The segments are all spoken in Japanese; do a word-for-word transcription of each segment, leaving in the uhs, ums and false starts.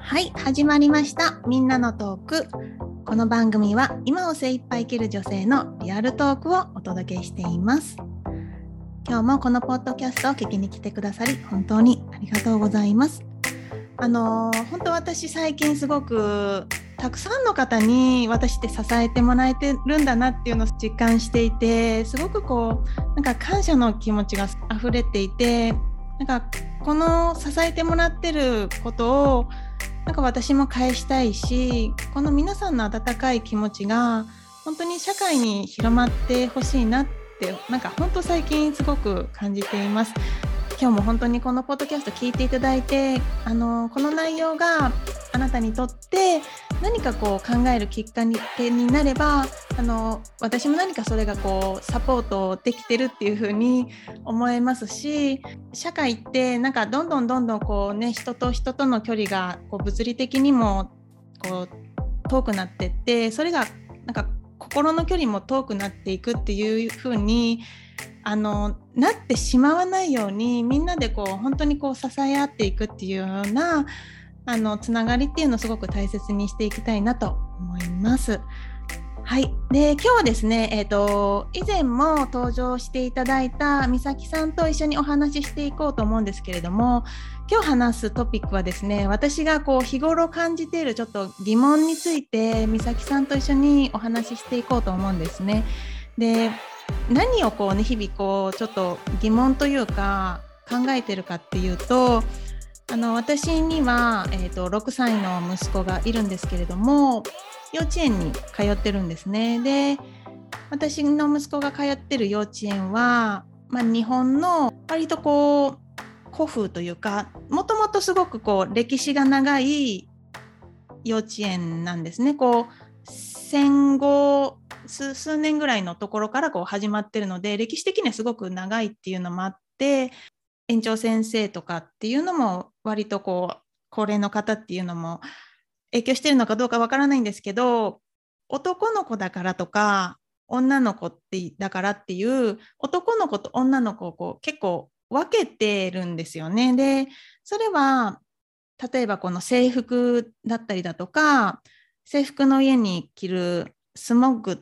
はい、始まりました。みんなのトーク。この番組は今を精一杯生きる女性のリアルトークをお届けしています。今日もこのポッドキャストを聞きに来てくださり本当にありがとうございます。あのー、本当私最近すごくたくさんの方に私って支えてもらえてるんだなっていうのを実感していて、すごくこうなんか感謝の気持ちが溢れていて、なんかこの支えてもらってることをなんか私も返したいし、この皆さんの温かい気持ちが本当に社会に広まってほしいなってなんか本当最近すごく感じています。今日も本当にこのポッドキャスト聞いていただいて、あのこの内容があなたにとって何かこう考えるきっかけになれば、あの私も何かそれがこうサポートできてるっていう風に思えますし、社会ってなんかどんどんどんどんこうね、人と人との距離がこう物理的にもこう遠くなってって、それがなんか心の距離も遠くなっていくっていう風にあのなってしまわないように、みんなでこう本当にこう支え合っていくっていうようなあのつながりっていうのをすごく大切にしていきたいなと思います。はい、で今日はですね、えーと、以前も登場していただいた美咲さんと一緒にお話ししていこうと思うんですけれども、今日話すトピックはですね、私がこう日頃感じているちょっと疑問について美咲さんと一緒にお話ししていこうと思うんですね。で何をこうね、日々こうちょっと疑問というか考えてるかっていうと、あの私には、えーと、ろくさいの息子がいるんですけれども、幼稚園に通ってるんですね。で、私の息子が通ってる幼稚園は、まあ、日本の割とこう古風というか、もともとすごくこう歴史が長い幼稚園なんですね。こう戦後 数, 数年ぐらいのところからこう始まってるので、歴史的にはすごく長いっていうのもあって、園長先生とかっていうのも割とこう高齢の方っていうのも影響してるのかどうかわからないんですけど、男の子だからとか女の子ってだからっていう男の子と女の子をこう結構分けてるんですよね。でそれは例えばこの制服だったりだとか、制服の家に着るスモッグって、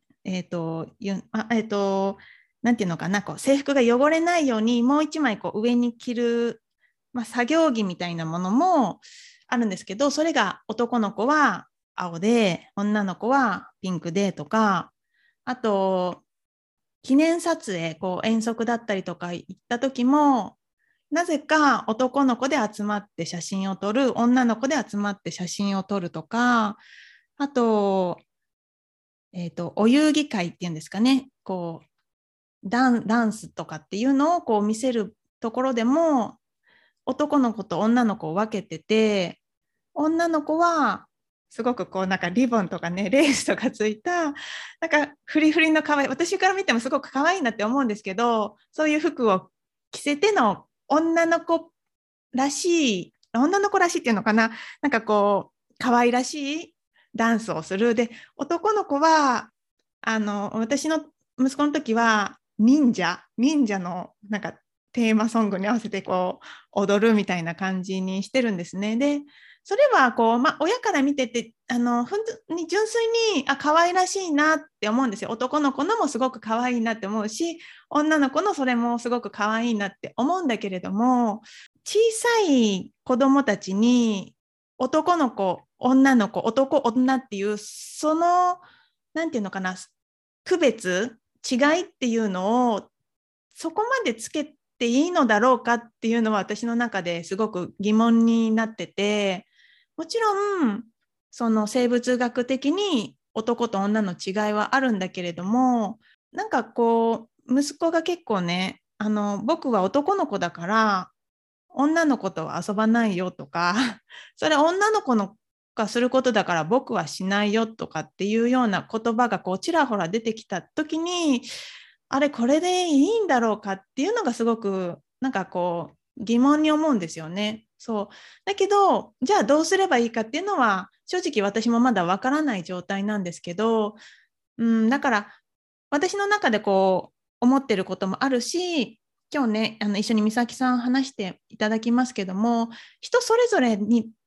えっと、あえっと、なんていうのかな、こう制服が汚れないようにもう一枚こう上に着る、まあ、作業着みたいなものもあるんですけど、それが男の子は青で女の子はピンクでとか、あと記念撮影、こう遠足だったりとか行った時も、なぜか男の子で集まって写真を撮る、女の子で集まって写真を撮るとか、あと、えっと、お遊戯会っていうんですかね、こうダン、ダンスとかっていうのをこう見せるところでも、男の子と女の子を分けてて、女の子はすごくこうなんかリボンとかね、レースとかついた、なんかフリフリの可愛い、私から見てもすごく可愛いなって思うんですけど、そういう服を着せての女の子らしい、女の子らしいっていうのかな、なんかこう可愛らしいダンスをする。で、男の子はあの私の息子の時は忍者忍者のなんかテーマソングに合わせてこう踊るみたいな感じにしてるんですね。でそれはこう、まあ、親から見ててあの本当に純粋にあ可愛らしいなって思うんですよ。男の子のもすごく可愛いなって思うし、女の子のそれもすごく可愛いなって思うんだけれども、小さい子どもたちに男の子女の子男女っていうそのなんていうのかな、区別違いっていうのをそこまでつけていいのだろうかっていうのは私の中ですごく疑問になってて、もちろんその生物学的に男と女の違いはあるんだけれども、なんかこう息子が結構ね、あの僕は男の子だから女の子とは遊ばないよとか、それ女の子のがすることだから僕はしないよとかっていうような言葉がこうちらほら出てきた時に、あれこれでいいんだろうかっていうのがすごくなんかこう疑問に思うんですよね。そうだけど、じゃあどうすればいいかっていうのは正直私もまだわからない状態なんですけど、うん、だから私の中でこう思ってることもあるし、今日ねあの一緒に美咲さん話していただきますけども、人それぞれに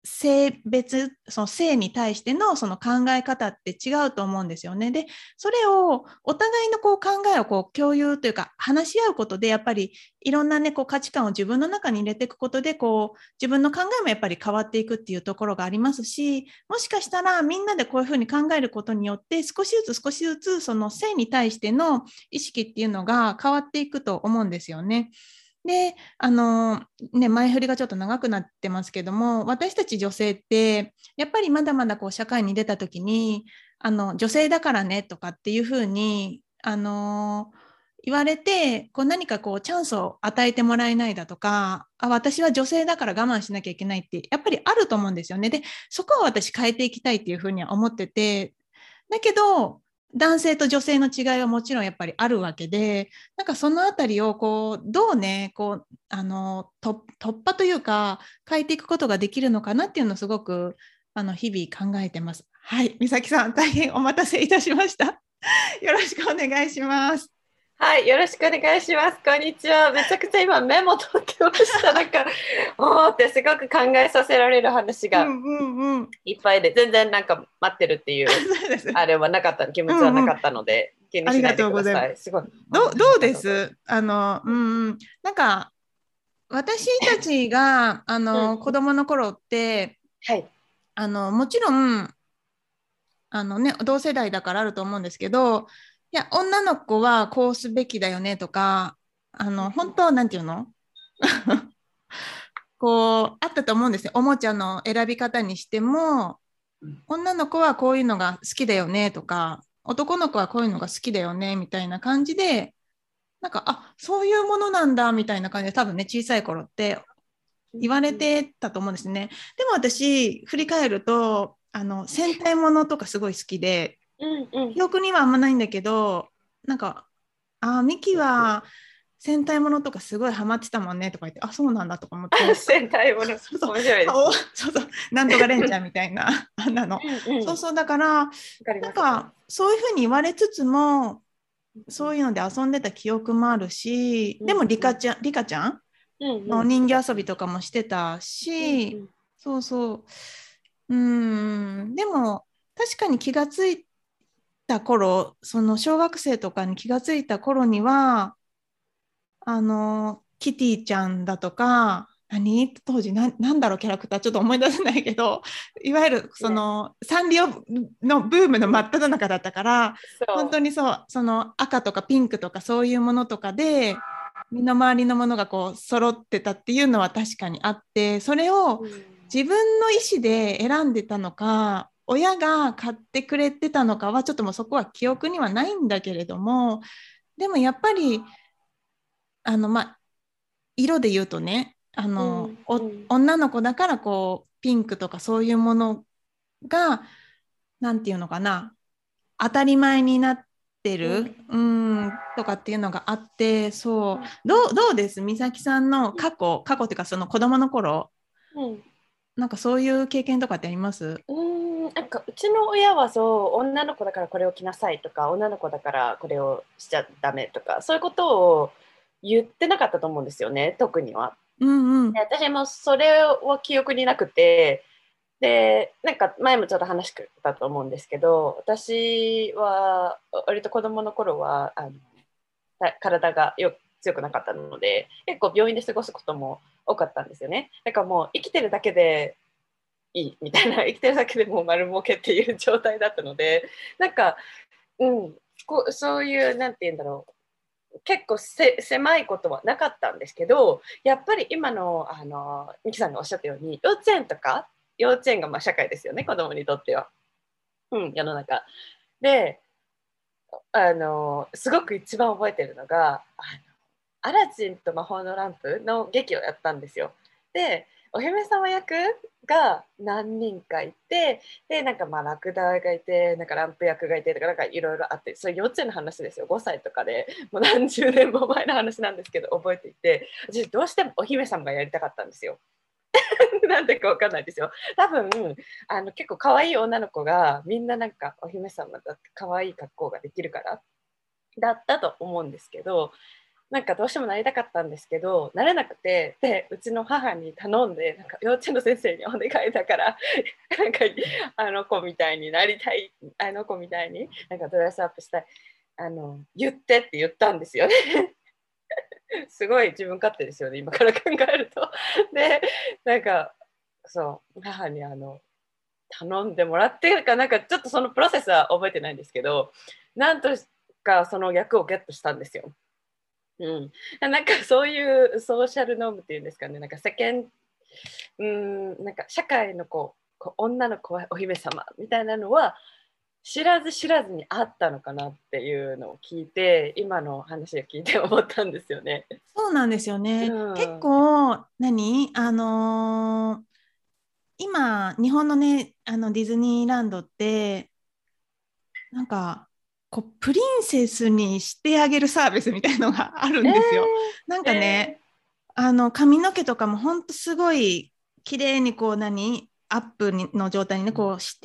性別、その性に対してのその考え方って違うと思うんですよね。で、それをお互いのこう考えをこう共有というか話し合うことで、やっぱりいろんなね、こう価値観を自分の中に入れていくことで、こう自分の考えもやっぱり変わっていくっていうところがありますし、もしかしたらみんなでこういうふうに考えることによって、少しずつ少しずつその性に対しての意識っていうのが変わっていくと思うんですよね。で、あの、ね、前振りがちょっと長くなってますけども、私たち女性って、やっぱりまだまだこう社会に出た時に、あの、女性だからねとかっていうふうに、あの、言われて、こう何かこうチャンスを与えてもらえないだとか、あ、私は女性だから我慢しなきゃいけないって、やっぱりあると思うんですよね。で、そこは私変えていきたいっていうふうには思ってて、だけど、男性と女性の違いはもちろんやっぱりあるわけで、なんかそのあたりをこうどうね、こうあの突破というか変えていくことができるのかなっていうのをすごくあの日々考えてます。はい、美咲さん大変お待たせいたしました。よろしくお願いします。 はい、よろしくお願いします。こんにちは。めちゃくちゃ今メモ取ってました。なんか、おーってすごく考えさせられる話がうんうんうん。 いっぱいで、全然なんか待ってるっていう、 そうです。 あれはなかった、気持ちはうんうん。 なかったので、気にありがしないでとうございます。 ください。すごい。 どうどありうでがとうございます。 すあの、うんうん、なんか私たちがあうん、 の子供の頃ってはい。 あのもちろんあのね、同世代だからあると思うんですけど、いや、女の子はこうすべきだよねとか、あの、本当、なんていうのこう、あったと思うんですよ。おもちゃの選び方にしても、女の子はこういうのが好きだよねとか、男の子はこういうのが好きだよねみたいな感じで、なんか、あ、そういうものなんだみたいな感じで、多分ね、小さい頃って言われてたと思うんですね。でも私、振り返ると、あの、戦隊ものとかすごい好きで、 うんうん。 記憶にはあんまないんだけど、なんか、あ、ミキは戦隊ものとかすごいハマってたもんねとか言って、あ、そうなんだとか思って、 戦隊もの、 そうそう、 面白いです顔、 ね。 そうそう、なんとかレンちゃんみたいな、あんなの。 うんうん。わそうそう、だから、 かります、わかりまなんか、 す。 そういうふうに言われつつも、 うんそういうので遊んでた記憶もあるし、でもリうんカちゃん、リカちゃんうんうん。 の人リカちゃん。 形遊びとかもしてたし、 うんうん。 そうそう、うん、でも、確かに気がついた頃、その小学生とかに気がついた頃には、あの、キティちゃんだとか、何当時な、なんだろう、キャラクター、ちょっと思い出せないけど、いわゆるそね。 のサンリオのブームのうん。 真っ只中だったから、本当そにそう、その赤とかピンクとかそういうものとかで、身の回りのものがこう揃ってたっていうのは確かにあって、それをう。うん。 自分の意思で選んでたのか、親が買ってくれてたのかは、ちょっともうそこは記憶にはないんだけれども、でもやっぱり、あの、まあ、色で言うとね、あの、 うんうおん。 女の子だからこう、ピンクとかそういうものが、なんていうのかな、当たり前になってうんる、うん、とかっていうのがあって、そう、どうんう、どうです美咲さんの過去、過去っていうかその子供の頃、 うん。 なんかそういう経験とかってあります？ うーん、なんかうちの親はそう、女の子だからこれを着なさいとか、女の子だからこれをしちゃダメとか、そういうことを言ってなかったと思うんですよね、特には。 うんうん。 で私もそれは記憶になくて、で、なんか前もちょっと話したと思うんですけど、私は割と子供の頃はあの体がよ強くなかったので、結構病院で過ごすことも多かったんですよね。だからもう生きてるだけでいいみたいな、生きてるだけでもう丸儲けっていう状態だったので、なんか、うん、こうそういうなんて言うんだろう、結構せ狭いことはなかったんですけど、やっぱり今のあのミキさんがおっしゃったように、幼稚園とか幼稚園がまあ社会ですよね、子供にとっては、うん、世の中で、あのすごく一番覚えてるのが、あのアラジンと魔法のランプの劇をやったんですよ。で、お姫様役が何人かいて、で、なんかまあラクダがいて、なんかランプ役がいてとか、なんかいろいろあって、それ幼稚園の話ですよ。ごさいとかで、もう何十年も前の話なんですけど、覚えていて、私どうしてもお姫様がやりたかったんですよ。なんでかわかんないですよ。多分、あの結構可愛い女の子がみんななんかお姫様だって可愛い格好ができるからだったと思うんですけど、 なんかどうしてもなりたかったんですけどなれなくて、でうちの母に頼んで、なんか幼稚園の先生にお願いだからなんかあの子みたいになりたい、あの子みたいになんかドレスアップしたい、あの言ってって言ったんですよねすごい自分勝手ですよね今から考えるとでなんかそう母にあの頼んでもらってかなんかちょっとそのプロセスは覚えてないんですけど、なんとかその役をゲットしたんですよ。うん、なんかそういうソーシャルノームっていうんですかね、なんか世間、うん、なんか社会のこう、こう女の子はお姫様みたいなのは知らず知らずにあったのかなっていうのを聞いて、今の話を聞いて思ったんですよね。 そうなんですようね。結ん、 構、何あのー今、日本のね、あのディズニーランドって、なんか、こう、プリンセスにしてあげるサービスみたいのがあるえんですよ。なんー、 かね、 えあの、髪の毛とかもほんとすごい綺麗にこう、何アップにの状態にね、こうして、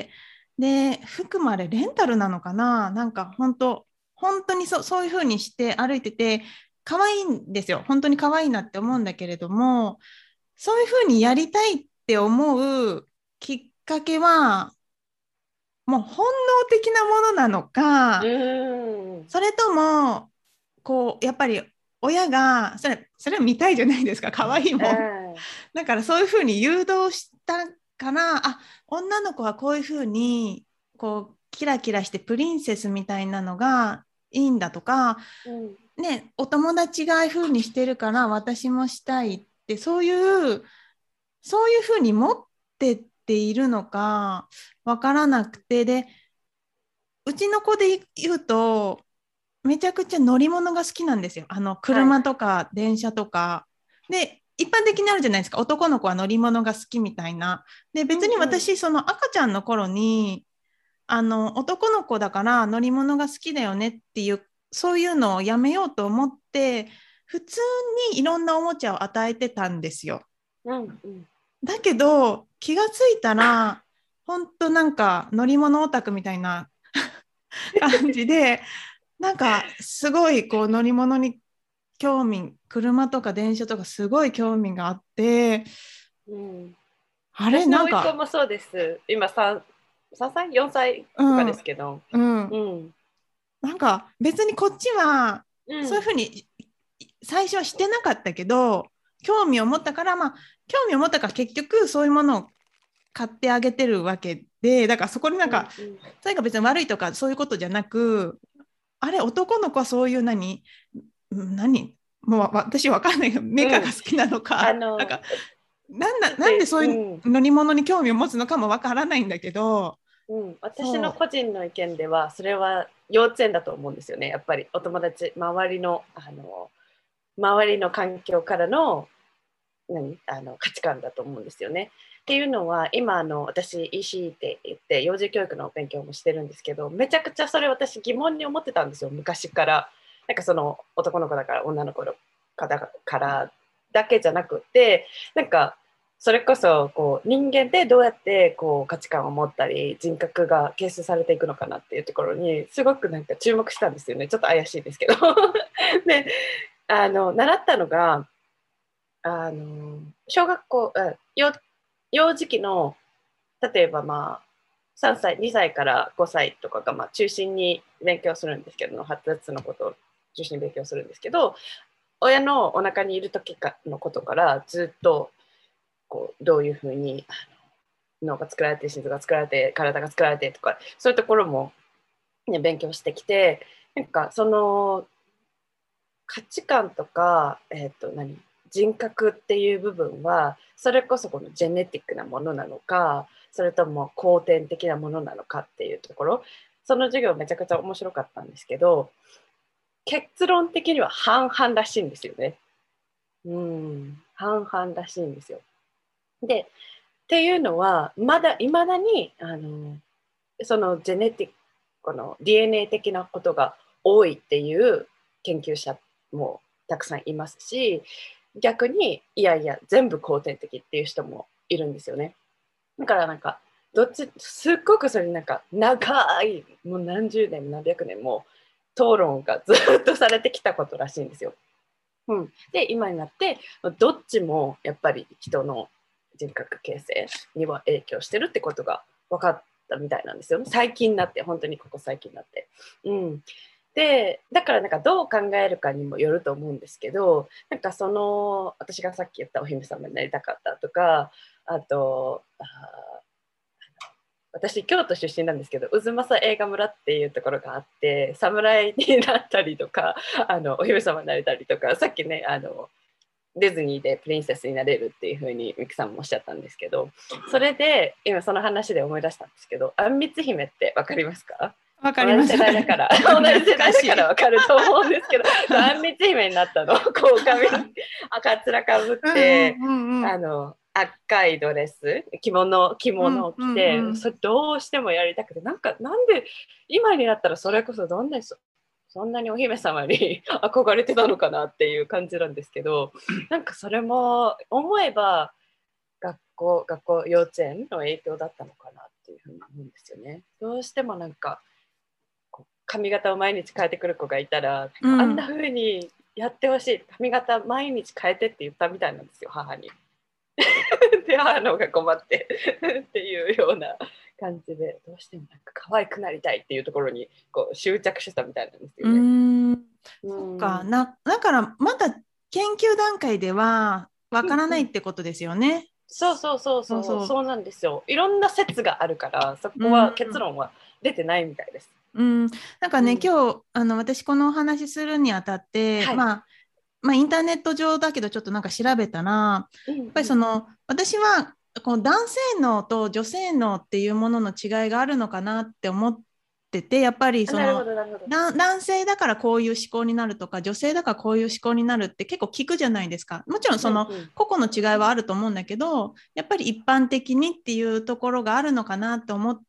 で、服もあれ、レンタルなのかななんか本当、本当にそ、そういう風にして歩いてて、可愛いんですよ。本当に可愛いなって思うんだけれども、そういう風にやりたいって思うきっかけは、もう本能的なものなのー、 か、 うん、 それとも、こう、やっぱり親が、それ、それは見たいじゃないですか、可愛いえもん。 ー、 だからそういうふうに誘導したから、あ、女の子はこういうふうに、こう、キラキラしてプリンセスみたいなのがいいんだとか、 うん、 ね、お友達がああいうふうにしてるから私もしたいって、そういう、そういうふうに持ってっているのかわからなくて、で、うちの子で言うと、めちゃくちゃ乗り物が好きなんですよ。あのはい、 車とか電車とか。で、一般的にあるじゃないですか。男の子は乗り物が好きみたいな。で、 うん、 別にうん、 私、その赤ちゃんの頃に、あの男の子だから乗り物が好きだよねっていう、そういうのをやめようと思って、普通にいろんなおもちゃを与えてたんですよ。 うん、うん、 だけど、気がついたら、本当なんか乗り物オタクみたいな感じで、なんかすごいこう乗り物に興味、車とか電車とかすごい興味があって、 うん。 あれ私の甥っ子なんか、 もそうです。今さん、さんさい ?よん 歳とかでうん、 すけど。 うん、 うん。 なんか別にこっちはそういううん。 ふうに最初はしてなかったけど、興味を持ったから、まあ、興味を持ったから結局そういうものを買ってあげてるわけで、だからそこになんか、 うん。うん。 それが別に悪いとかそういうことじゃなく、あれ、男の子はそういう何、何もう私わかんないけど、メカうん。 が好きなのか、なんあの、 か、なんだ、なんでだって、 そういううん。 乗り物に興味を持つのかもわからないんだけど、 うん。私のそ個人の意見では、それは幼稚園だと思うんですよね。やっぱりお友達、周りの、あの、周りの環境からの、何あの価値観だと思うんですよね。っていうのは今あの私 イーシー って言って幼児教育の勉強もしてるんですけど、めちゃくちゃそれ私疑問に思ってたんですよ昔から。なんかその男の子だから女の子だからだけじゃなくて、なんかそれこそこう人間ってどうやってこう価値観を持ったり人格が形成されていくのかなっていうところにすごくなんか注目したんですよね。ちょっと怪しいですけどであの習ったのがあの小学校、幼幼児期の例えばまあさんさいにさいからごさいとかがまあ中心に勉強するんですけど、発達のことを中心に勉強するんですけど、親のお腹にいる時かのことからずっとこうどういうふうに脳が作られて心臓が作られて体が作られてとかそういうところも、ね、勉強してきて、なんかその価値観とか、えー、と何人格っていう部分はそれこそこのジェネティックなものなのかそれとも後天的なものなのかっていうところ、その授業めちゃくちゃ面白かったんですけど、結論的には半々らしいんですよね。うん半々らしいんですよ。でっていうのはまだいまだにあのそのジェネティックこの ディーエヌエー 的なことが多いっていう研究者もたくさんいますし、逆にいやいや全部後天的っていう人もいるんですよね。だからなんかどっちすっごくそれなんか長いもう何十年も何百年も討論がずっとされてきたことらしいんですよ。うん、で今になってどっちもやっぱり人の人格形成には影響してるってことが分かったみたいなんですよね。最近になって、本当にここ最近になって。うん、でだからなんかどう考えるかにもよると思うんですけど、なんかその私がさっき言ったお姫様になりたかったとか、あとあ私京都出身なんですけど、渦政映画村っていうところがあって、侍になったりとかあのお姫様になれたりとか、さっきねあのディズニーでプリンセスになれるっていう風にミキさんもおっしゃったんですけど、それで今その話で思い出したんですけど、あんみつ姫って分かりますか？ わかります。 同じ世代だから同じ世代だから分かると思うんですけど、あんみつ姫になったの。こう髪赤面かぶって、うんうんうん、あの赤いドレス着物着物を着て、うんうんうん、それどうしてもやりたくて、なんかなんで今になったらそれこそどんなそんなにお姫様に憧れてたのかなっていう感じなんですけど、なんかそれも思えば学校学校幼稚園の影響だったのかなっていうふうに思うんですよね。どうしてもなんか髪型を毎日変えてくる子がいたら、うん、あんな風にやってほしい、髪型毎日変えてって言ったみたいなんですよ、母に。で母の方が困ってっていうような感じで、どうしてもなんか可愛くなりたいっていうところにこう執着してたみたいなんですよね。 うーん、そっかな。だからまだ研究段階ではわからないってことですよね。うんうん、 そうそうそうそうそう、そうなんですよ。いろんな説があるからそこは結論は出てないみたいです。 うん、なんかね、うん、今日あの私このお話するにあたって、はい、まあまあ、インターネット上だけどちょっとなんか調べたら、うんうん、やっぱりその私はこの男性脳と女性脳っていうものの違いがあるのかなって思ってて、やっぱりその男性だからこういう思考になるとか女性だからこういう思考になるって結構聞くじゃないですか。もちろんその個々の違いはあると思うんだけど、やっぱり一般的にっていうところがあるのかなと思って、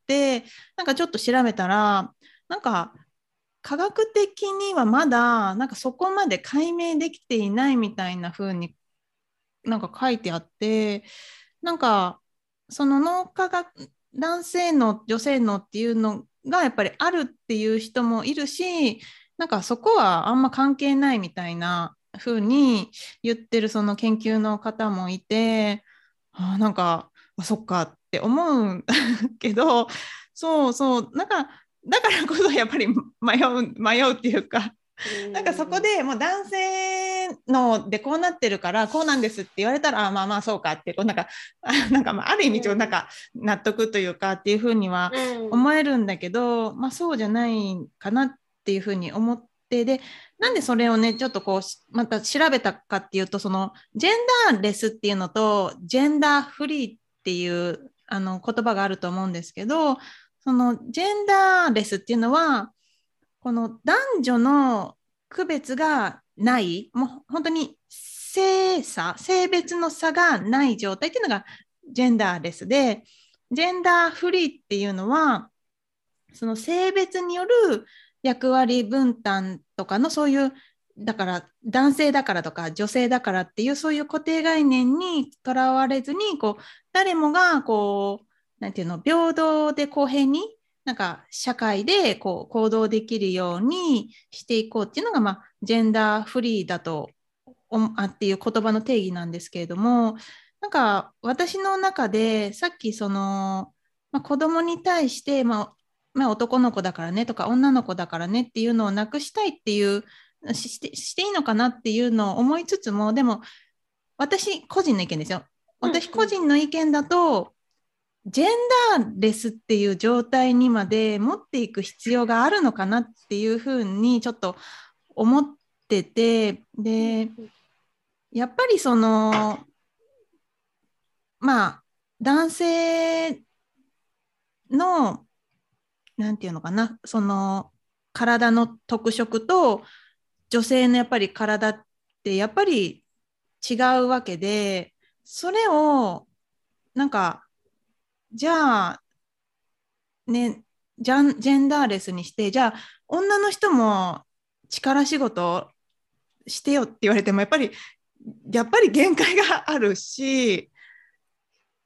なんかちょっと調べたらなんか科学的にはまだなんかそこまで解明できていないみたいな風になんか書いてあって、なんかその脳科学男性脳女性脳っていうのがやっぱりあるっていう人もいるし、なんかそこはあんま関係ないみたいな風に言ってるその研究の方もいて、あなんかあそっかって思うんだけど、そうそうなんかだからこそやっぱり迷う迷うっていうか、なんかそこでもう男性のでこうなってるからこうなんですって言われたら、あまあまあそうかってこうなんかなんかまあある意味ちょっとなんか納得というかっていうふうには思えるんだけど、まあそうじゃないかなっていうふうに思って、でなんでそれをねちょっとこうまた調べたかっていうと、そのジェンダーレスっていうのとジェンダーフリーっていうあの言葉があると思うんですけど、そのジェンダーレスっていうのはこの男女の区別がない、もう本当に性差、性別の差がない状態っていうのがジェンダーレスで、ジェンダーフリーっていうのはその性別による役割分担とかのそういうだから男性だからとか女性だからっていうそういう固定概念にとらわれずに、こう誰もがこうなんていうの平等で公平になんか社会でこう行動できるようにしていこうっていうのが、まあ、ジェンダーフリーだとあっていう言葉の定義なんですけれども、なんか私の中でさっきその、まあ、子供に対して、まあまあ、男の子だからねとか女の子だからねっていうのをなくしたいっていうしてしていいのかなっていうのを思いつつも、でも私個人の意見ですよ。私個人の意見だと、ジェンダーレスっていう状態にまで持っていく必要があるのかなっていうふうにちょっと思ってて、でやっぱりそのまあ男性のなんていうのかな、その体の特色と女性のやっぱり体ってやっぱり違うわけで、それをなんかじゃあね、ジャン、ジェンダーレスにして、じゃあ女の人も力仕事してよって言われてもやっぱりやっぱり限界があるし、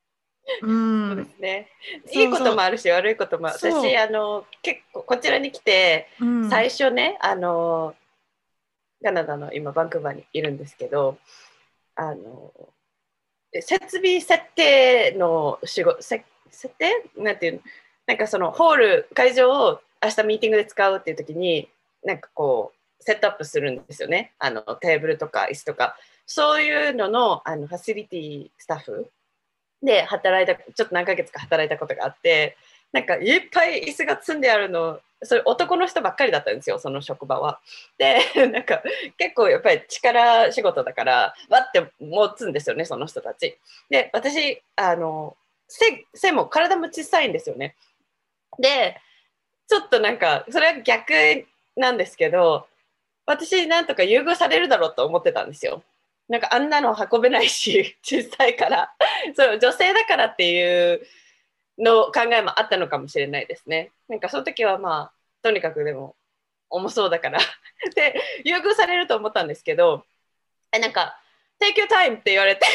うそうでん、 すね。いいそうそうこともあるし悪いことも私そあの結構こちらに来てう、うん、 最初ねあのカナダの今バンクーバーにいるんですけどあの設備設定の仕事設定なんていうのなんかそのホール会場を明日ミーティングで使うっていう時になんかこうセットアップするんですよねあのテーブルとか椅子とかそういうののあのファシリティスタッフで働いたちょっと何ヶ月か働いたことがあってなんかいっぱい椅子が積んであるのそれ男の人ばっかりだったんですよその職場は。でなんか結構やっぱり力仕事だからわって持つんですよねその人たち。で私あの背背も体も小さいんですよね。でちょっとなんかそれは逆なんですけど私なんとか優遇されるだろうと思ってたんですよ。なんかあんなの運べないし小さいからそう女性だからっていうの考えもあったのかもしれないですね。なんかその時はまあとにかくでも重そうだからで優遇されると思ったんですけどえなんか「Take your time」って言われて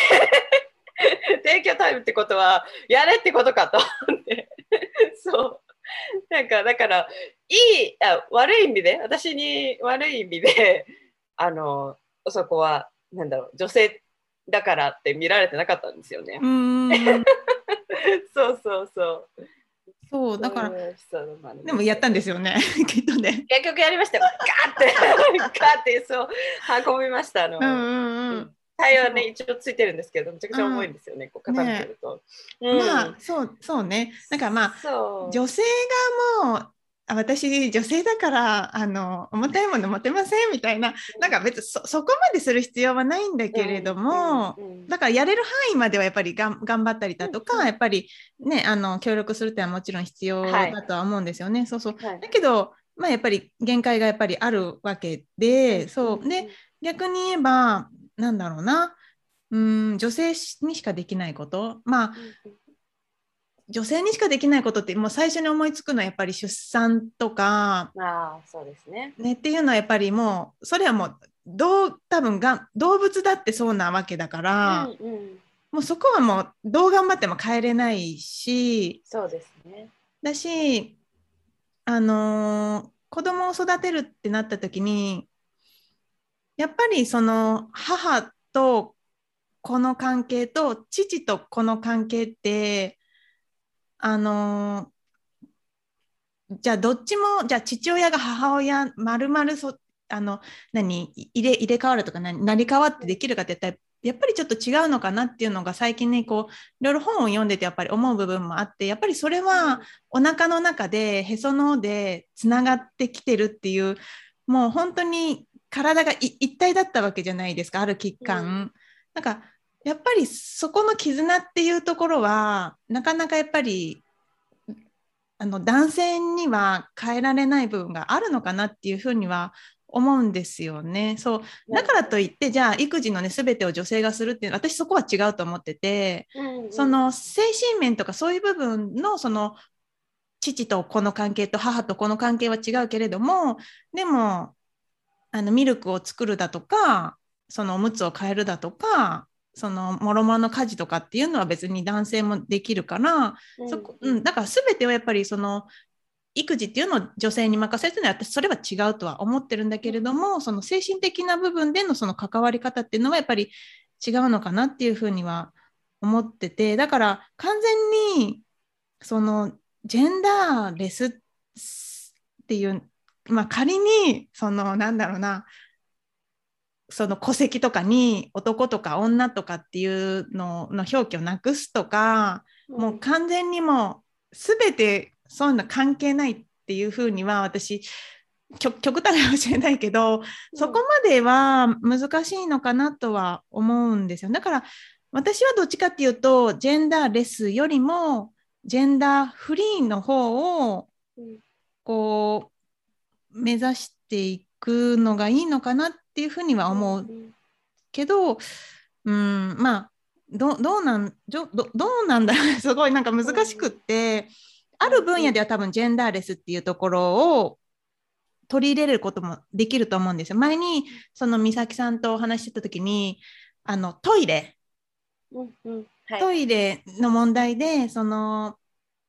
「Take your time」ってことはやれってことかと思ってそうなんかだからいいあ悪い意味で私に悪い意味であのそこはなんだろう女性だからって見られてなかったんですよね。 うん、 そうそうそう。 そうだからそういう人もあるんでもやったんでですけど。 すよねきっとね。 結局やりましたよ。ガーってガーってそう運びました。あうんの、 うんうん。 タイヤはねそ一応ついてるんですけどめちゃくちゃ重いんう、 ですよね。こううん、 傾けねると。 え、 うん。 まあそうそうね。なんかまあそ女性がもうあ私女性だからあの重たいもの持てませんみたいななんか別にそ、そこまでする必要はないんだう。うけれどんうんもうん。 だからやれる範囲まではやっぱりがん頑張ったりだとうんうん。 かやっぱりねあの協力するってのはもちろん必要はいだとは思うんですよね。そうそうはい。 だけどまあやっぱり限界がやっぱりあるわけうんでうんそうで逆に言えばなんだろうなうん女性にしかできないことまあうんうん。 女性にしかできないことってもう最初に思いつくのはやっぱり出産とか、 ああそうですね。 ね、っていうのはやっぱりもうそれはもうどう多分が動物だってそうなわけだかうんらうん。 もうそこはもうどう頑張っても変えれないしそうですね。 だし、あのー子供を育てるってなった時にやっぱりその母と子の関係と父と子の関係ってあのーじゃあどっちもじゃあ父親が母親まるまるそあの何入れ入れ替わるとか何成り替わってできるかって言ったらやっぱりちょっと違うのかなっていうのが最近ねこういろいろ本を読んでてやっぱり思う部分もあってやっぱりそれはお腹の中でへその緒でつながってきてるっていうもう本当に体が一体だったわけじゃないですかある期うん。 間。なんかやっぱりそこの絆っていうところはなかなかやっぱりあの男性には変えられない部分があるのかなっていうふうには思うんですよね。そうだからなるほど。 といってじゃあ育児のね全てを女性がするっていう私そこは違うと思っててうんうん。 その精神面とかそういう部分のその父と子の関係と母と子の関係は違うけれどもでもあのミルクを作るだとかそのおむつを変えるだとかそのもろもろの家事とかっていうのは別に男性もできるからうんそこ、 うん。 うん、だから全てはやっぱりその育児っていうのを女性に任せるのは私それは違うとは思ってるんだけれどもその精神的な部分でのその関わり方っていうのはやっぱり違うのかなっていうふうには思っててだから完全にそのジェンダーレスっていうまあ仮にそのなんだろうなその戸籍とかに男とか女とかっていうのの表記をなくすとかもううん完全にもう全てそういうの関係ないっていうふうには私極極端かもしれないけどそこうんまでは難しいのかなとは思うんですよだから私はどっちかっていうとジェンダーレスよりもジェンダーフリーの方をうんこう目指していくのがいいのかなっていうふうには思ううんけど、うん、まあどどうなんどどうなんだすごいなんか難しくっうんてあうる分野でんは多分ジェンダーレスっていうところを取り入れることもできると思うんですよ。前にその美咲さんとお話ししてた時にあのトイレうんうんはい、 トイレの問題でその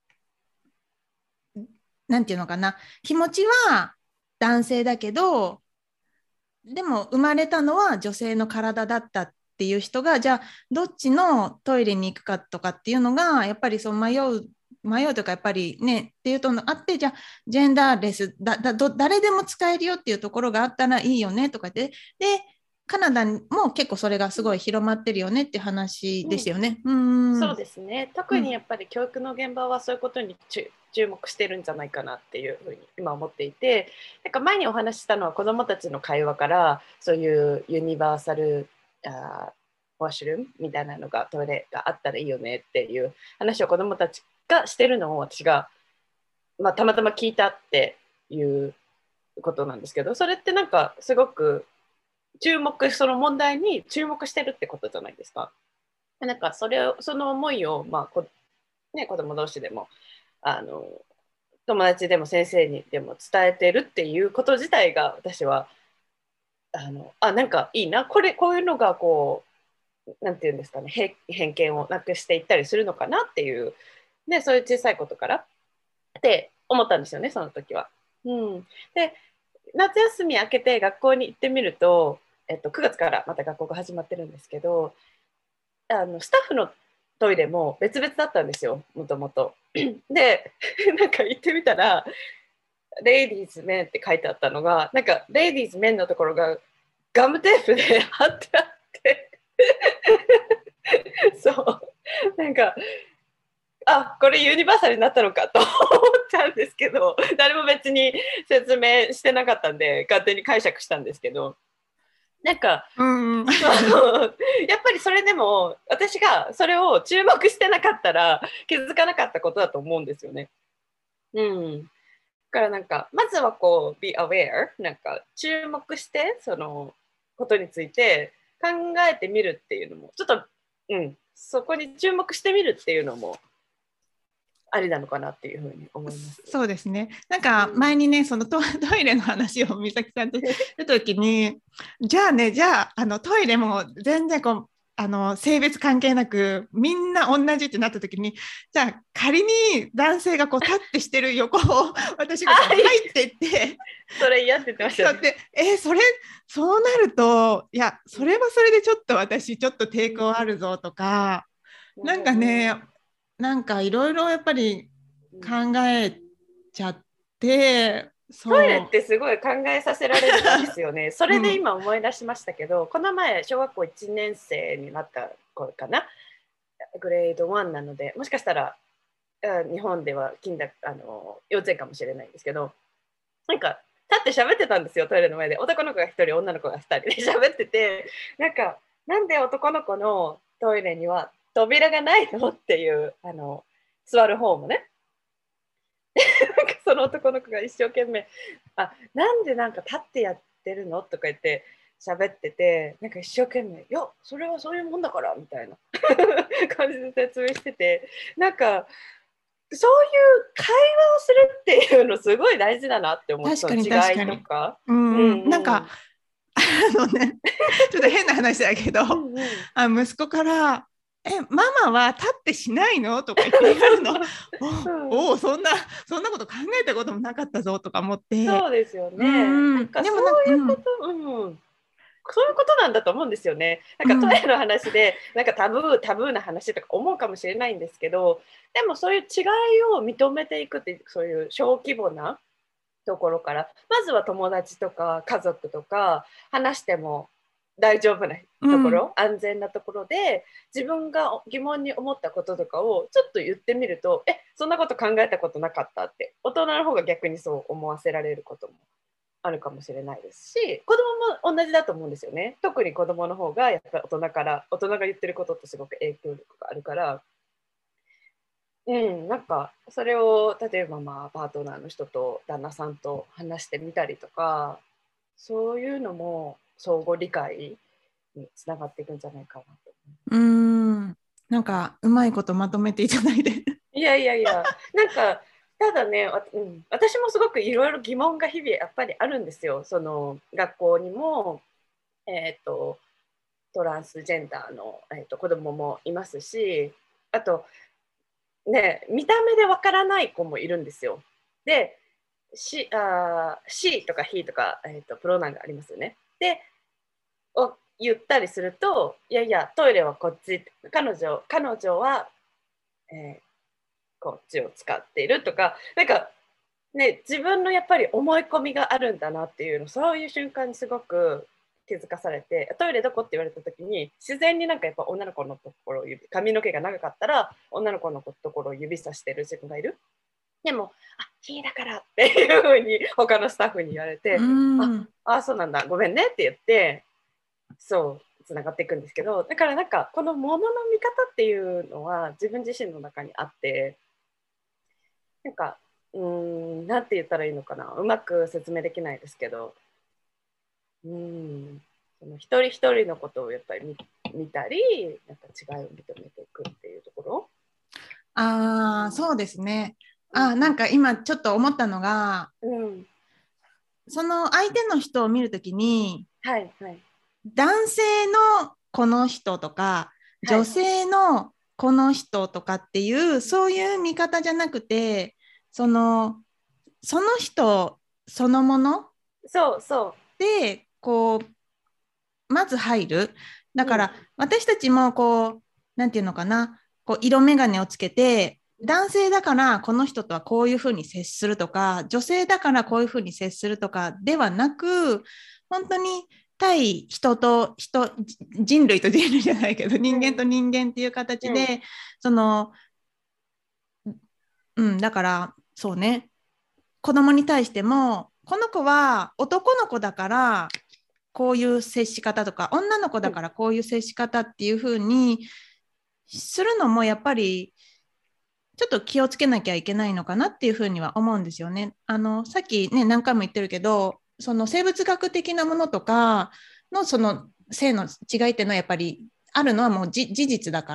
なんていうのかな、気持ちは男性だけどでも生まれたのは女性の体だったっていう人が、じゃあどっちのトイレに行くかとかっていうのがやっぱりそう迷う迷うとかやっぱりねっていうとあって、じゃあジェンダーレスだだど誰でも使えるよっていうところがあったらいいよねとかで、でカナダも結構それがすごい広まってるよねって話うん、 でしたよね。うん、 そうですね。特にやっぱり教育の現場はそういうことに注目してるんじゃないかなっていうふうに今思っていて、なんか前にお話ししたのは子どもたちの会話からそういうユニバーサルあワッシュルームみたいなのがトイレがあったらいいよねっていう話を子どもたちがしてるのを私が、まあ、たまたま聞いたっていうことなんですけど、それってなんかすごく注目その問題に注目してるってことじゃないですか。なんかそれをその思いを、まあこね、子供同士でもあの友達でも先生にでも伝えてるっていうこと自体が私はあのあなんかいいな、これこういうのがこうなんていうんですかね、偏見をなくしていったりするのかなっていう、ね、そういう小さいことからって思ったんですよね、その時は。うん、で夏休み明けて学校に行ってみると、えっと、くがつからまた学校が始まってるんですけど、あのスタッフのトイレも別々だったんですよ、もともと。でなんか行ってみたらレイディーズメンって書いてあったのが、なんかレイディーズメンのところがガムテープで貼ってあってそうなんかあこれユニバーサルになったのかと思ったんですけど、誰も別に説明してなかったんで勝手に解釈したんですけど、なんかうんうん、 そうやっぱりそれでも私がそれを注目してなかったら気づかなかったことだと思うんですよね。うん、だからなんかまずはこう be aware なんか注目してそのことについて考えてみるっていうのもちょっと、うん、そこに注目してみるっていうのもありなのかなっていうふうに思います。 そうですね。なんかうん、 前にね、そのト、トイレの話を美咲さんとした時に、じゃあね、じゃあ、あのトイレも全然こう、あの性別関係なくみんな同じってなった時に、じゃあ仮に男性がこう立ってしてる横を私がこうはい、 入ってって、 それ嫌って言ってましたね。 そうで、えーそれ、そうなると、いや、それはそれでちょっと私、ちょっと抵抗あるぞとか、なんかね、なんかいろいろやっぱりうん、 考えちゃって、 トイレっそてすごい考えさせられるんですよね。そう、うれでん、 今思い出しましたけど、この前小学校いちねん生になった頃かな、グレードワンなので、もしかしたら日本では近代あの幼稚園かもしれないんですけど、なんか立って喋ってたんですよ、トイレの前で。男の子がひとり女の子がふたりで喋ってて、なんかなんで男の子のトイレには扉がないのっていう、あの座る方もね、なんかその男の子が一生懸命あなんでなんか立ってやってるのとか言って喋ってて、なんか一生懸命いやそれはそういうもんだからみたいな感じで説明してて、なんかそういう会話をするっていうのすごい大事だなって思って、その確かに確違いとかに。 か。 ううんん、なんか、 うん。 あのね、ちょっと変な話だけど、 うんうん。 あ息子から、え、ママは立ってしないのとか言って言われるの、 うん、 おお、そんな、そんなこと考えたこともなかったぞとか思って、 そうですようんね。なうん、 んかそうでもなんか、 いうこうん、 と、うん、そういうことなんだと思うんですよね。なんうん、 かトイレの話でなんかタブータブーな話とか思うかもしれないんですけど、でもそういう違いを認めていくって、そういう小規模なところからまずは友達とか家族とか話しても大丈夫なうん、 ところ、安全なところで自分が疑問に思ったこととかをちょっと言ってみると、えそんなこと考えたことなかったって大人の方が逆にそう思わせられることもあるかもしれないですし、子供も同じだと思うんですよね。特に子供の方がやっぱり大人から大人が言ってることってすごく影響力があるから、うん、なんかそれを例えばまあパートナーの人と旦那さんと話してみたりとか、そういうのも相互理解につながっていくんじゃないかなと。 うん、なんか、うまいことまとめていただいて。 いやいやいや、なんかただね、うん、私もすごくいろいろ疑問が日々やっぱりあるんですよ。その学校にも、えー、とトランスジェンダーの、えー、と子供もいますし、あとね、見た目でわからない子もいるんですよ。で、しあ she とか he とか、えー、とプロナンがありますよね。で、を言ったりすると、いやいや、トイレはこっち、彼女彼女は、えー、こっちを使っているとか、なんか、ね、自分のやっぱり思い込みがあるんだなっていうの、そういう瞬間にすごく気づかされて、トイレどこって言われた時に自然になんかやっぱ女の子のところを指、髪の毛が長かったら女の子のところを指さしてる自分がいる。でも、あ、ひーだからっていうふうに他のスタッフに言われて、ああ、そうなんだ、ごめんねって言って、そうつながっていくんですけど、だからなんかこのものの見方っていうのは自分自身の中にあって、なんかうーんなんて言ったらいいのかな、うまく説明できないですけど、うーんその一人一人のことをやっぱり 見, 見たり、なんか違いを認めていくっていうところ。 ああ、そうですね。あ、なんか今ちょっと思ったのが、 うん、 その相手の人を見るときに、 はいはい男性のこの人とか、女はい、 性のこの人とかっていう、そういう見方じゃなくて、その、その人そのものそうそで、こう、まず入る。だう、うん、 から私たちもこう、なんていうのかな、こう色眼鏡をつけて、男性だからこの人とはこういうふうに接するとか、女性だからこういうふうに接するとかではなく、本当に対人と人、人類と人類じゃないけど、人間と人間っていう形うん、 で、その、うん、だからそうね、子供に対しても、この子は男の子だからこういう接し方とか、女の子うん、 だからこういう接し方っていう風にするのもやっぱりちょっと気をつけなきゃいけないのかなっていう風には思うんですよね。あのさっきね何回も言ってるけど、その生物学的なものとかのその性の違いっていうのはやっぱりあるのはもう事実だから、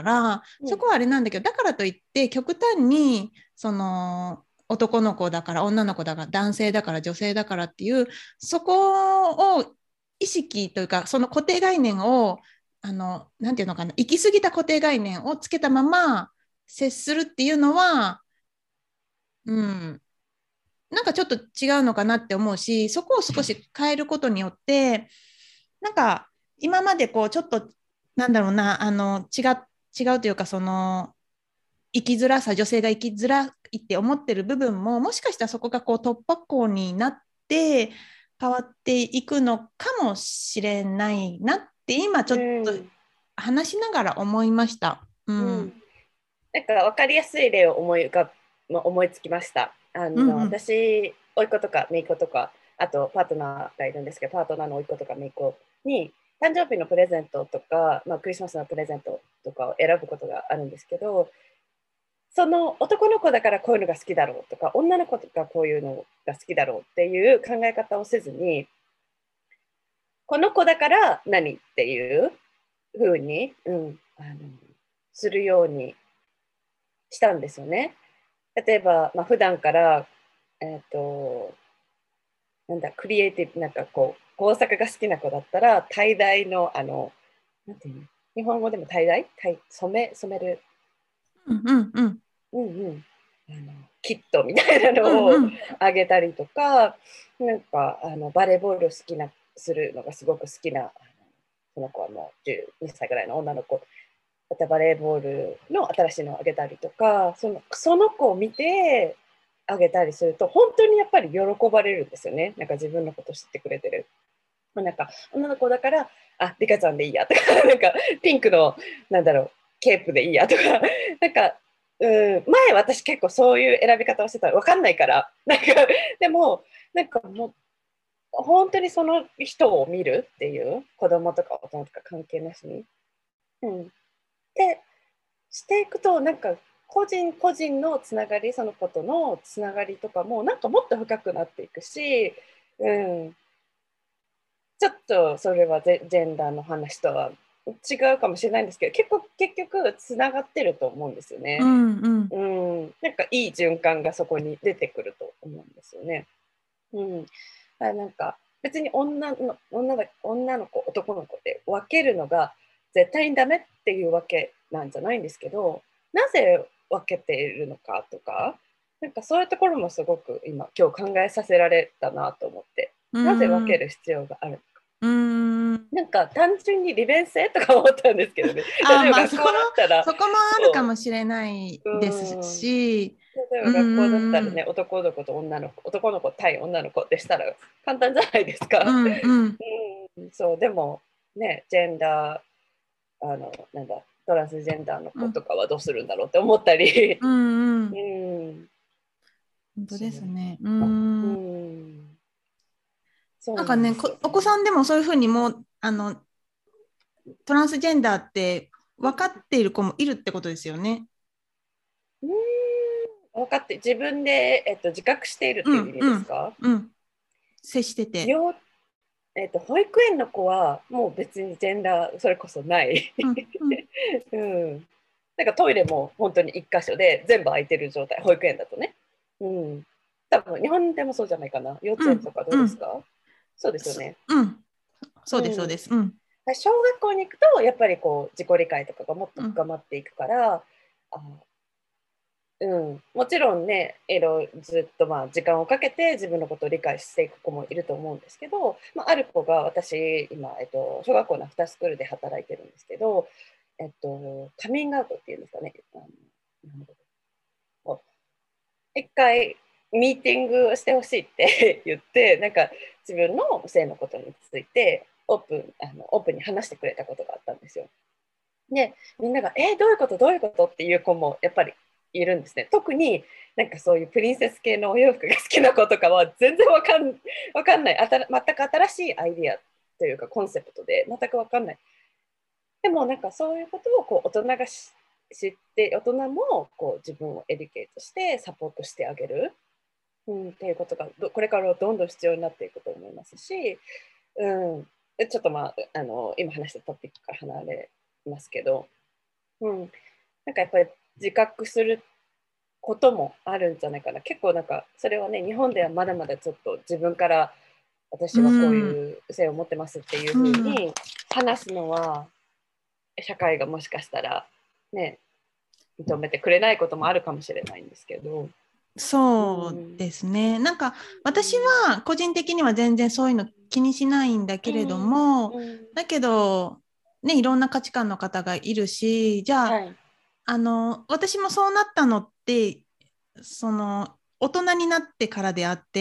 うん、 そこはあれなんだけど、だからといって極端にその男の子だから女の子だから男性だから女性だからっていうそこを意識というかその固定概念をあのなんていうのかな、行き過ぎた固定概念をつけたまま接するっていうのは、うん、なんかちょっと違うのかなって思うし、そこを少し変えることによってなんか今までこうちょっとなんだろうな、あの違違うというか、その生きづらさ、女性が生きづらいって思ってる部分ももしかしたらそこがこう突破口になって変わっていくのかもしれないなって今ちょっとうん、 話しながら思いました。ううん、 ん、 なんか分かりやすい例を思い浮かま思いつきました。あのうん、うん、 私、甥っ子とか姪っ子とか、あとパートナーがいるんですけど、パートナーの甥っ子とか姪っ子に誕生日のプレゼントとか、まあ、クリスマスのプレゼントとかを選ぶことがあるんですけど、その男の子だからこういうのが好きだろうとか、女の子とかこういうのが好きだろうっていう考え方をせずに、この子だから何っていうふうに、うん、あのするようにしたんですよね。例えば、まあ、普段から、えっ、ー、と、なんだ、クリエイティブ、なんかこう、工作が好きな子だったら、滞在の、あの、なんていうの、日本語でも滞在染め、染める、 うん、うん、うん、 うんうん、あのキットみたいなうん、うのをん、 あげたりとか、なんかあのバレーボール好きな、するのがすごく好きな、その子はもうじゅうにさいぐらいの女の子、またバレーボールの新しいのをあげたりとか、そのその子を見てあげたりすると、本当にやっぱり喜ばれるんですよね。なんか自分のこと知ってくれてる。なんか女の子だから、あ、リカちゃんでいいやとか、なんかピンクの、なんだろう、ケープでいいやとか、なんか、うん、前私結構そういう選び方をしてたら分かんないから、なんか、でも、なんかもう、本当にその人を見るっていう、子供とか大人とか関係なしに。うん。で、していくと、なんか、個人個人のつながり、その子とのつながりとかも、なんかもっと深くなっていくし、うん、ちょっとそれはジェンダーの話とは違うかもしれないんですけど、結構結局つながってると思うんですよね。 うん、うん、 うん、なんかいい循環がそこに出てくると思うんですよね。うん、あなんか別に女の女だ女の子男の子って分けるのが絶対にダメっていうわけなんじゃないんですけど、なぜ分けているのかとか、なんかそういうところもすごく今今日考えさせられたなと思って、 うなぜ分んける必要があるのか。 うん。 なんか単純に利便性とか思ったんですけどね。 ああ、 例えばまあそこも、 学校だったら、 そこもあるかもしれないそう、 ですうん、 し、 例えうば学校だったらんね、男の子と女の子、男の子対女の子ってしたら簡単じゃないですか。 うんうん。 うん、そう、でもね、ジェンダー、あの、なんだ、トランスジェンダーの子とうんかはどうするんだろうって思ったり、 うんううん。 ん、 本当そう、 ですね。ううん。 ん、そうなんかね、 なんですよこお子さね。 んでもそういうふうにもう、あの、トランスジェンダーって分かっている子もいるってことですよね。 うん、分かって、自分で、えっと、自覚しているっていう意味うんうんですか？ うん。接してて。 幼えっと、保育園の子はもう別にジェンダーそれこそない、 うんうんうん、なんかトイレも本当に一箇所で全部空いてる状態、保育園だとね、うん、多分日本でもそうじゃないかな、幼稚園うんとかどううん。 ですか？そうですよそね、 うん。そうです、そううん、 です。うん。 小学校に行くとやっぱりこう自己理解とかがもっとうん。 深まっていくから、あ、うん、もちろんね、いろずっとまあ時間をかけて自分のことを理解していく子もいると思うんですけど、まあ、ある子が私今、えっと、小学校のアフタースクールで働いてるんですけど、えっと、カミングアウトっていうんですかね、あのこう一回ミーティングをしてほしいって言ってなんか自分の性のことについてオープンあのオープンに話してくれたことがあったんですよ。で、みんなが「えー、どういうことどういうこと？」っていう子もやっぱりいるんですね。特になんかそういうプリンセス系のお洋服が好きな子とかは全然わかんわかんない、あた全く新しいアイディアというかコンセプトで全くわかんない。でもなんかそういうことをこう大人がし知って大人もこう自分をエデュケートしてサポートしてあげる、うん、っていうことがどこれからどんどん必要になっていくと思いますし、うん、ちょっとまああの今話したトピックから離れますけど、うん、なんかやっぱり自覚することもあるんじゃないかな。結構なんかそれはね、日本ではまだまだちょっと自分からう私はこうんいう性を持ってますっていううふうん。 に話すのは社会がもしかしたらね、認めてくれないこともあるかもしれないんですけど。うそうん。 ですね。なんか私うん。 は個人的には全然そういうの気にしないんだけれどうん。 も、 うん。 だけど、ね、いろんな価値観の方がいるし、じゃあ、 はい。 あの、私もそうなったのって、その、大人になってからであって、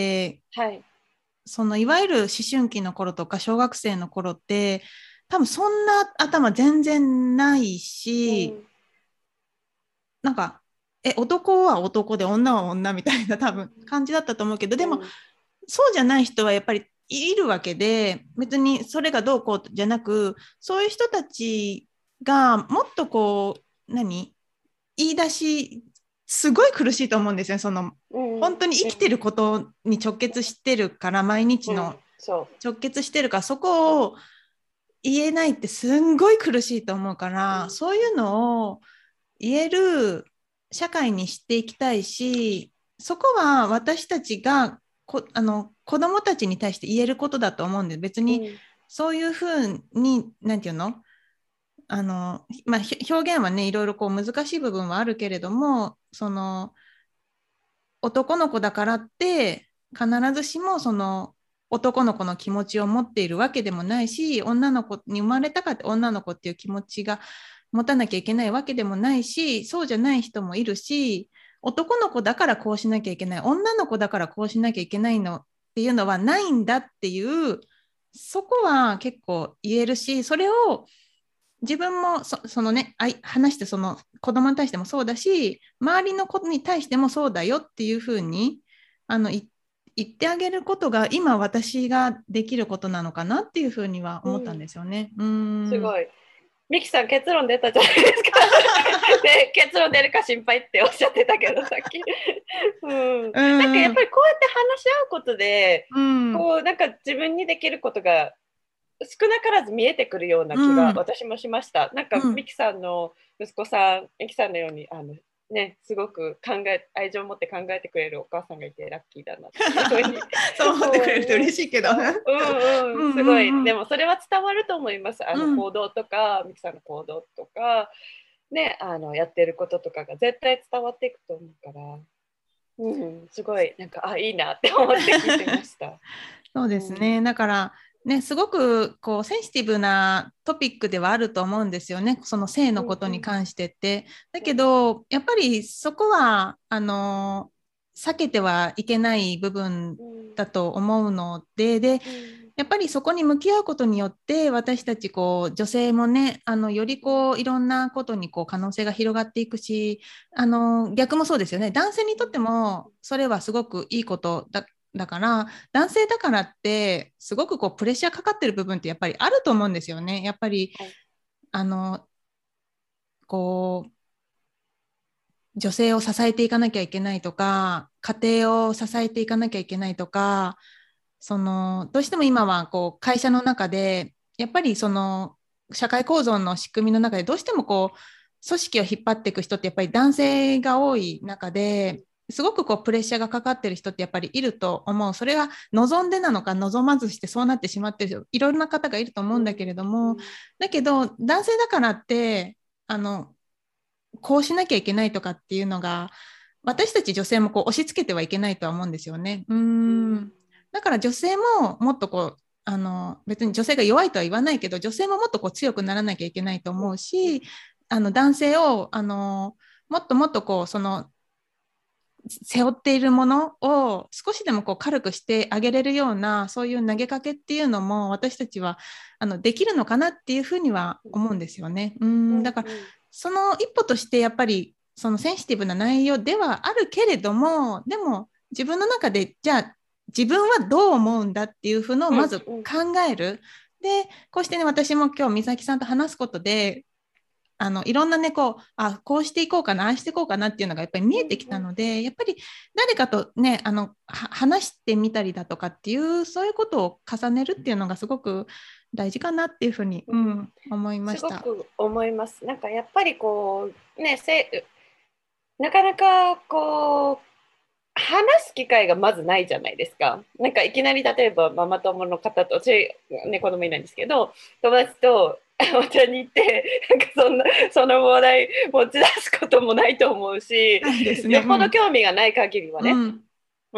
はい。 そのいわゆる思春期の頃とか小学生の頃って多分そんな頭全然ないし、 うん。 なんかえ男は男で女は女みたいな多分感じだったと思うけど、でもうん。 そうじゃない人はやっぱりいるわけで、別にそれがどうこうじゃなく、そういう人たちがもっとこう何言い出しすごい苦しいと思うんですよ。そのうん。 本当に生きてることに直結してるから、毎日うん。 のそ直結してるから、そこを言えないってすんごい苦しいと思うかう。うら、 ん。 そういうのを言える社会にしていきたいし、そこは私たちがこあの子どもたちに対して言えることだと思うんで、別にうん。 そういうふうに、なんていうの、あの、まあ、表現はね、いろいろこう難しい部分はあるけれども、その男の子だからって必ずしもその男の子の気持ちを持っているわけでもないし、女の子に生まれたかって女の子っていう気持ちが持たなきゃいけないわけでもないし、そうじゃない人もいるし、男の子だからこうしなきゃいけない、女の子だからこうしなきゃいけないのっていうのはないんだっていう、そこは結構言えるし、それを自分もそそのね、あい話してその子供に対してもそうだし、周りの子に対してもそうだよっていうふうにあのい言ってあげることが今私ができることなのかなっていうふうには思ったんうん。 ですよね。うーん。 すごい。ミキさん結論出たじゃないですか。で結論出るか心配っておっしゃってたけどさっき、うん、なんうーん。 かやっぱりこうやって話し合うことでうん。 こうなんか自分にできることが少なからず見えてくるようなう気がん。 私もしました。なんかうん。 ミキさんの息子さん、ミキさんのようにあのね、すごく考え愛情を持って考えてくれるお母さんがいてラッキーだなっていうふうにそう思ってくれると嬉しいけど。 うんうん、すごい、でもそれは伝わると思います。あのうん、 行動とか、ミキさんの行動とか、ね、あのやってることとかが絶対伝わっていくと思うから、うん、すごいなんかあいいなって思って聞いてました。 そうですね。だからね、すごくこうセンシティブなトピックではあると思うんですよね。その性のことに関してって。だけど、やっぱりそこはあの避けてはいけない部分だと思うので、で、やっぱりそこに向き合うことによって私たちこう女性もね、あのよりこういろんなことにこう可能性が広がっていくし、あの逆もそうですよね。男性にとってもそれはすごくいいことだだから男性だからってすごくこうプレッシャーかかってる部分ってやっぱりあると思うんですよね。やっぱりはい、 あのこう女性を支えていかなきゃいけないとか家庭を支えていかなきゃいけないとか、そのどうしても今はこう会社の中でやっぱりその社会構造の仕組みの中でどうしてもこう組織を引っ張っていく人ってやっぱり男性が多い中ですごくこうプレッシャーがかかってる人ってやっぱりいると思う。それが望んでなのか望まずしてそうなってしまってる人いろいろな方がいると思うんだけれども、だけど男性だからってあのこうしなきゃいけないとかっていうのが私たち女性もこう押し付けてはいけないとは思うんですよね。うーんだから女性ももっとこうあの別に女性が弱いとは言わないけど女性ももっとこう強くならなきゃいけないと思うし、あの男性をあのもっともっとこうその背負っているものを少しでもこう軽くしてあげれるようなそういう投げかけっていうのも私たちはあのできるのかなっていうふうには思うんですよね。うんだからその一歩としてやっぱりそのセンシティブな内容ではあるけれども、でも自分の中でじゃあ自分はどう思うんだっていうふうのをまず考える。でこうしてね私も今日美咲さんと話すことであのいろんなねこうあこうしていこうかなああしていこうかなっていうのがやっぱり見えてきたので、やっぱり誰かとねあの話してみたりだとかっていうそういうことを重ねるっていうのがすごく大事かなっていうふうに、うん、思いました。 すごく思います。なんかやっぱりこうねせなかなかこう話す機会がまずないじゃないですか。なんかいきなり例えばママ友の方と、私、ね、子供いないんですけど、友達とお茶に行って、なんかそんなその話題持ち出すこともないと思うし、 ないですね。 よっぽど興味がない限りはね。 うん、 うん、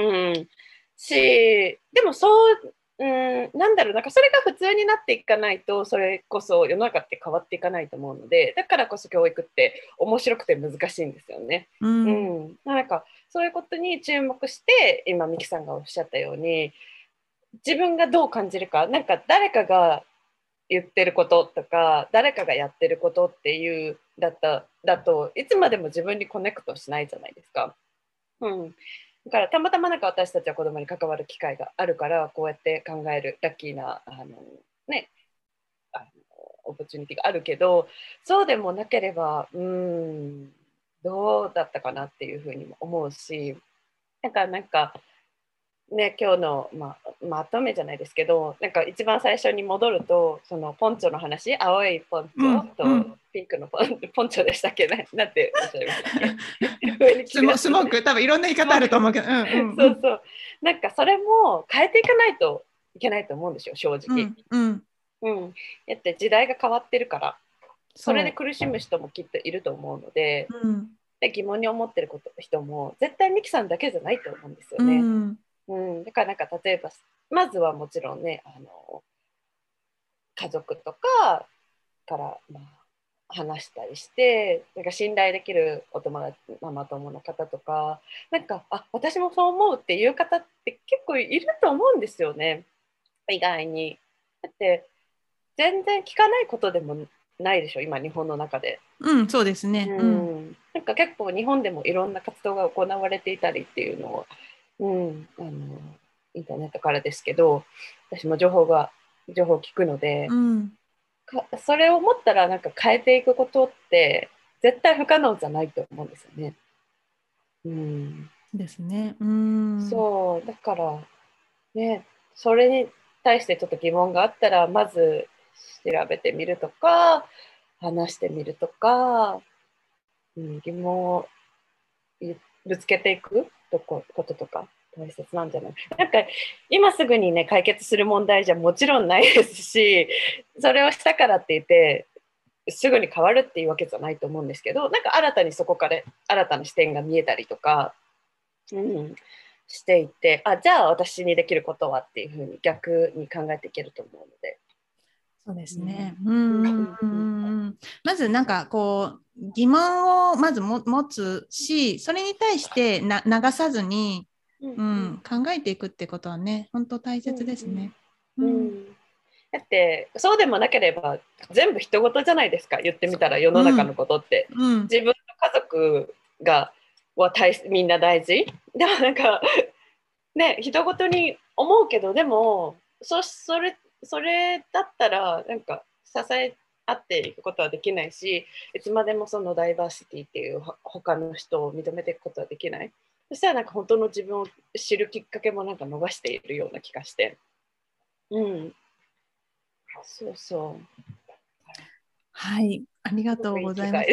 し、でもそう、うん、なんだろう、なんかそれが普通になっていかないと、それこそ世の中って変わっていかないと思うので、だからこそ教育って面白くて難しいんですよね。 ううん、 ん、なんかそういうことに注目して、今、ミキさんがおっしゃったように、自分がどう感じるか、なんか誰かが言ってることとか、誰かがやってることっていうだっただといつまでも自分にコネクトしないじゃないですか。うん、だからたまたまなんか私たちは子供に関わる機会があるからこうやって考えるラッキーなあの、ね、あのオポチュニティがあるけど、そうでもなければうーんどうだったかなっていうふうにも思うし、なんかなんかね、今日の、まあ、まとめじゃないですけど、なんか一番最初に戻ると、そのポンチョの話、青いポンチョうん、うとん。 ピンクのポン、ポンチョでしたっけね、なんておっしゃいましたっけ上に着スモ、 るやつ。 スモーク、多分いろんな言い方あると思うけど、うんうんうん。 そうそう。なんかそれも変えていかないといけないと思うんですよ、正直。 うんうん。 うん。だって時代が変わってるから、それでそ苦しむ人もきっといると思うので、 う。うん。 で疑問に思ってること人も絶対ミキさんだけじゃないと思うんですようね。 ん。 うん。だからなんか例えば、まずはもちろんね、あの家族とかから、まあ、話したりして、なんか信頼できるお友達、ママ友の方とか、なんか、あ、私もそう思うっていう方って結構いると思うんですよね、意外に。だって、全然聞かないことでもないでしょ、今、日本の中で。 うん、そうですうね。うん。 ん。なんか結構日本でもいろんな活動が行われていたりっていうのを、うん、あの、インターネットからですけど、私も情報が、情報を聞くので、 うん。 かそれを思ったらなんか変えていくことって絶対不可能じゃないと思うんですよね。うん、 ですね。うん。 そうだからね、それに対してちょっと疑問があったらまず調べてみるとか話してみるとか、うん、疑問をぶつけていくとこ、こととか大切なんじゃない。なんか今すぐにね解決する問題じゃもちろんないですし、それをしたからって言ってすぐに変わるっていうわけじゃないと思うんですけど、なんか新たにそこから新たな視点が見えたりとか、うん、していて、あ、じゃあ私にできることはっていうふうに逆に考えていけると思うので。 そうですね。うんうんうん、まずなんかこう疑問をまずも持つし、それに対してな流さずに、うんうん、考えていくってことはね、本当大切ですね。 うんうんうん、だってそうでもなければ全部人事じゃないですか、言ってみたら世の中のことって、うんうん、自分の家族がは大みんな大事でもなんかね、人事に思うけど、でも そ, そ, れそれだったらなんか支え合っていくことはできないし、いつまでもそのダイバーシティっていう他の人を認めていくことはできない。そしたらなんか本当の自分を知るきっかけもなんか逃しているような気がして、うん、そうそう。 はい、ありがとうございます。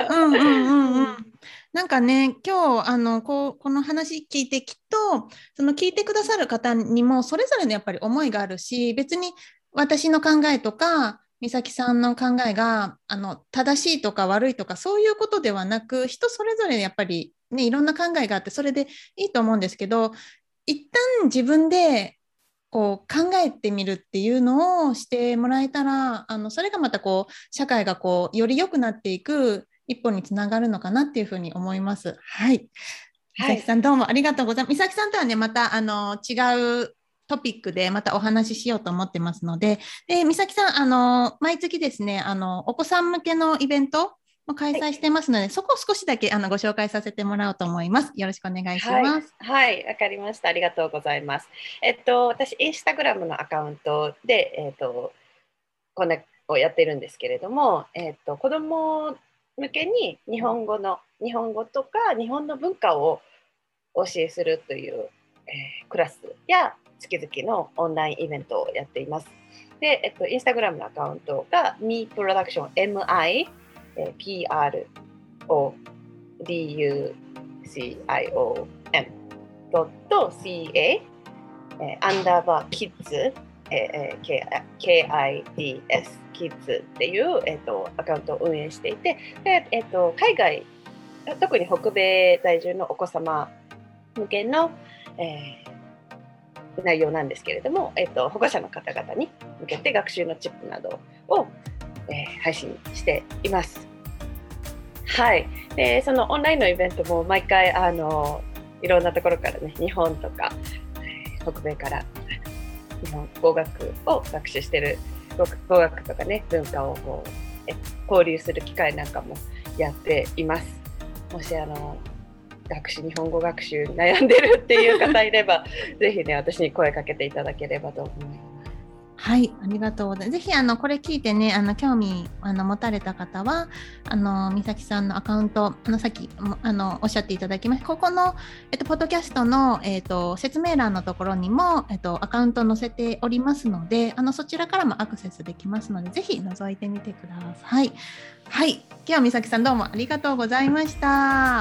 なんかね、今日あの こ, この話聞いてきっとその聞いてくださる方にもそれぞれのやっぱり思いがあるし、別に私の考えとか美咲さんの考えがあの正しいとか悪いとかそういうことではなく、人それぞれやっぱりねいろんな考えがあってそれでいいと思うんですけど、一旦自分でこう考えてみるっていうのをしてもらえたら、あのそれがまたこう社会がこうより良くなっていく一歩につながるのかなっていうふうに思います。はい。美咲さん、どうもありがとうございます。美咲さんとはね、またあの違うトピックでまたお話ししようと思ってますので、で美咲さん、あの毎月ですね、あのお子さん向けのイベントも開催してますので、はい、そこを少しだけあのご紹介させてもらおうと思います。よろしくお願いします。 はい、わ、はい、かりました。ありがとうございます。えっと、私、インスタグラムのアカウントで、えっと、こんなをやってるんですけれども、えっと、子ども向けに日本語の、日本語とか日本の文化をお教えするという、えー、クラスや月々のオンラインイベントをやっています。で、えっと、インスタグラムのアカウントが ミー プロダクション エムアイピーアールオーディーユーシーアイオーエム ドット シーエー アンダーバーキッズ ケーアイディーエス キッズっていう、えっと、アカウントを運営していて、で、えっと、海外特に北米在住のお子様向けの、えー、内容なんですけれども、えっと、保護者の方々に向けて学習のチップなどをえー、配信しています。はい。で、そのオンラインのイベントも毎回あのいろんなところからね、日本とか、えー、北米から日本語学を学習している語学とかね、文化をこうえ交流する機会なんかもやっています。もしあの学習日本語学習悩んでるっていう方いればぜひね私に声かけていただければと思います。 はい、ありがとうございます。ぜひあのこれ聞いてね、あの興味あの持たれた方はあの美咲さんのアカウント、あのさっきあのおっしゃっていただきました、ここの、えっと、ポッドキャストの、えっと、説明欄のところにも、えっと、アカウント載せておりますので、あのそちらからもアクセスできますので、ぜひ覗いてみてください。はい、今日は美咲さんどうもありがとうございました。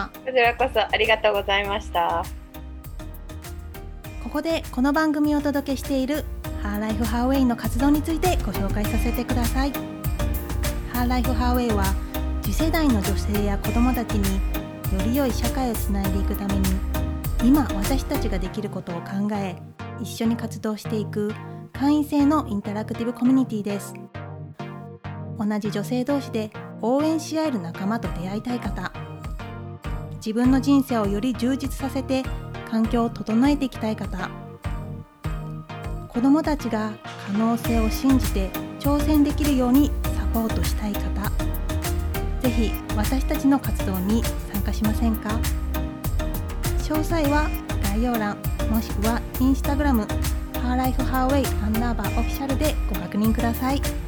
こちらこそありがとうございました。 ここでこの番組をお届けしているHer Life Her Way の活動についてご紹介させてください。Her Life Her Way は次世代の女性や子どもたちにより良い社会をつないでいくために、今私たちができることを考え一緒に活動していく会員制のインタラクティブコミュニティです。同じ女性同士で応援し合える仲間と出会いたい方、自分の人生をより充実させて環境を整えていきたい方、子どもたちが可能性を信じて挑戦できるようにサポートしたい方、ぜひ私たちの活動に参加しませんか？詳細は概要欄もしくはインスタグラム Her Life Her Way アンダーバーオフィシャルでご確認ください。